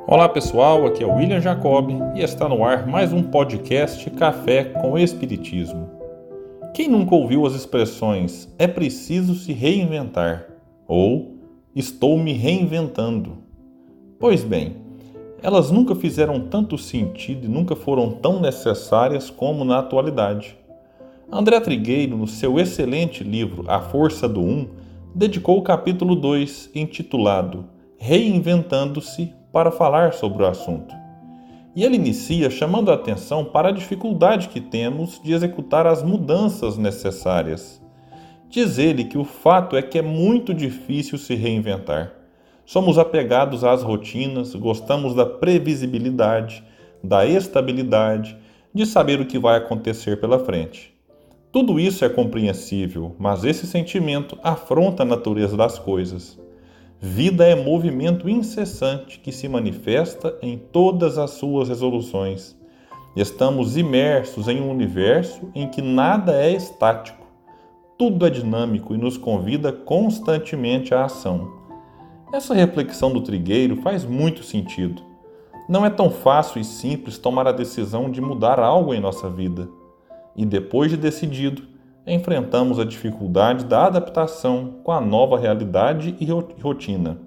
Olá pessoal, aqui é o William Jacob e está no ar mais um podcast Café com Espiritismo. Quem nunca ouviu as expressões "é preciso se reinventar" ou "estou me reinventando"? Pois bem, elas nunca fizeram tanto sentido e nunca foram tão necessárias como na atualidade. André Trigueiro, no seu excelente livro A Força do Um, dedicou o capítulo 2, intitulado Reinventando-se, para falar sobre o assunto. E ele inicia chamando a atenção para a dificuldade que temos de executar as mudanças necessárias. Diz ele que o fato é que é muito difícil se reinventar. Somos apegados às rotinas, gostamos da previsibilidade, da estabilidade, de saber o que vai acontecer pela frente. Tudo isso é compreensível, mas esse sentimento afronta a natureza das coisas. Vida é movimento incessante que se manifesta em todas as suas resoluções. Estamos imersos em um universo em que nada é estático. Tudo é dinâmico e nos convida constantemente à ação. Essa reflexão do Trigueiro faz muito sentido. Não é tão fácil e simples tomar a decisão de mudar algo em nossa vida. E depois de decidido, enfrentamos a dificuldade da adaptação com a nova realidade e rotina.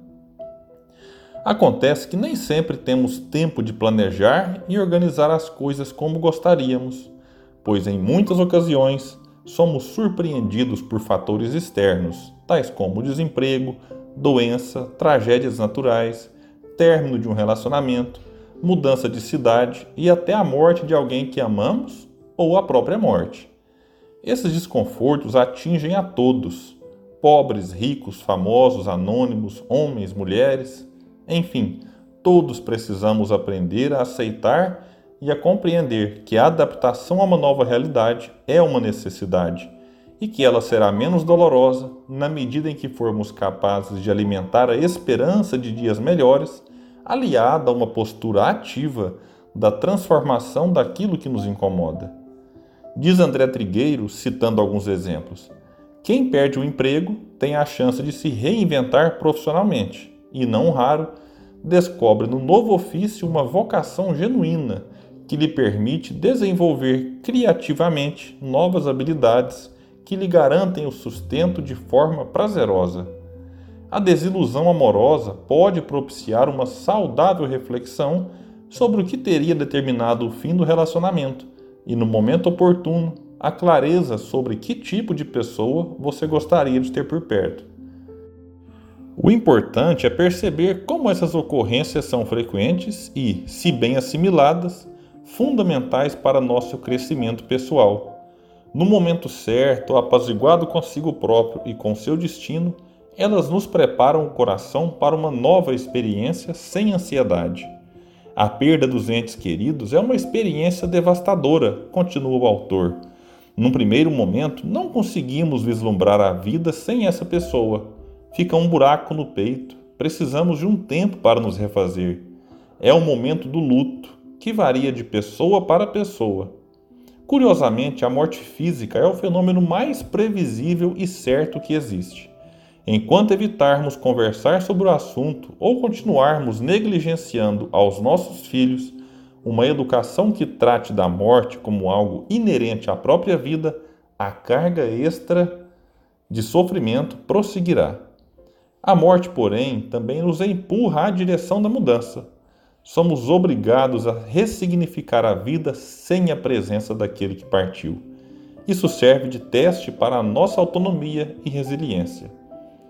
Acontece que nem sempre temos tempo de planejar e organizar as coisas como gostaríamos, pois em muitas ocasiões somos surpreendidos por fatores externos, tais como desemprego, doença, tragédias naturais, término de um relacionamento, mudança de cidade e até a morte de alguém que amamos ou a própria morte. Esses desconfortos atingem a todos, pobres, ricos, famosos, anônimos, homens, mulheres, enfim, todos precisamos aprender a aceitar e a compreender que a adaptação a uma nova realidade é uma necessidade e que ela será menos dolorosa na medida em que formos capazes de alimentar a esperança de dias melhores, aliada a uma postura ativa da transformação daquilo que nos incomoda. Diz André Trigueiro, citando alguns exemplos: quem perde o emprego tem a chance de se reinventar profissionalmente e, não raro, descobre no novo ofício uma vocação genuína que lhe permite desenvolver criativamente novas habilidades que lhe garantem o sustento de forma prazerosa. A desilusão amorosa pode propiciar uma saudável reflexão sobre o que teria determinado o fim do relacionamento e, no momento oportuno, a clareza sobre que tipo de pessoa você gostaria de ter por perto. O importante é perceber como essas ocorrências são frequentes e, se bem assimiladas, fundamentais para nosso crescimento pessoal. No momento certo, apaziguado consigo próprio e com seu destino, elas nos preparam o coração para uma nova experiência sem ansiedade. A perda dos entes queridos é uma experiência devastadora, continua o autor. Num primeiro momento, não conseguimos vislumbrar a vida sem essa pessoa. Fica um buraco no peito. Precisamos de um tempo para nos refazer. É o momento do luto, que varia de pessoa para pessoa. Curiosamente, a morte física é o fenômeno mais previsível e certo que existe. Enquanto evitarmos conversar sobre o assunto ou continuarmos negligenciando aos nossos filhos uma educação que trate da morte como algo inerente à própria vida, a carga extra de sofrimento prosseguirá. A morte, porém, também nos empurra à direção da mudança. Somos obrigados a ressignificar a vida sem a presença daquele que partiu. Isso serve de teste para a nossa autonomia e resiliência.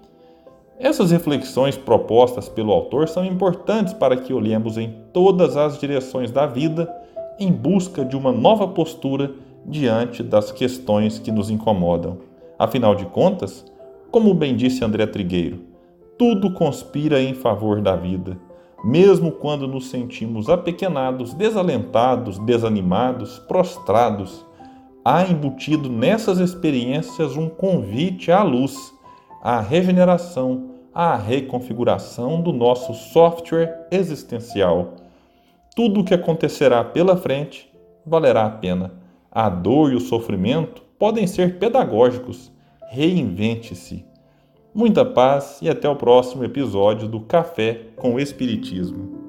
Essas reflexões propostas pelo autor são importantes para que olhemos em todas as direções da vida em busca de uma nova postura diante das questões que nos incomodam. Afinal de contas, como bem disse André Trigueiro, tudo conspira em favor da vida. Mesmo quando nos sentimos apequenados, desalentados, desanimados, prostrados, há embutido nessas experiências um convite à luz, à regeneração, à reconfiguração do nosso software existencial. Tudo o que acontecerá pela frente valerá a pena. A dor e o sofrimento podem ser pedagógicos. Reinvente-se. Muita paz e até o próximo episódio do Café com o Espiritismo.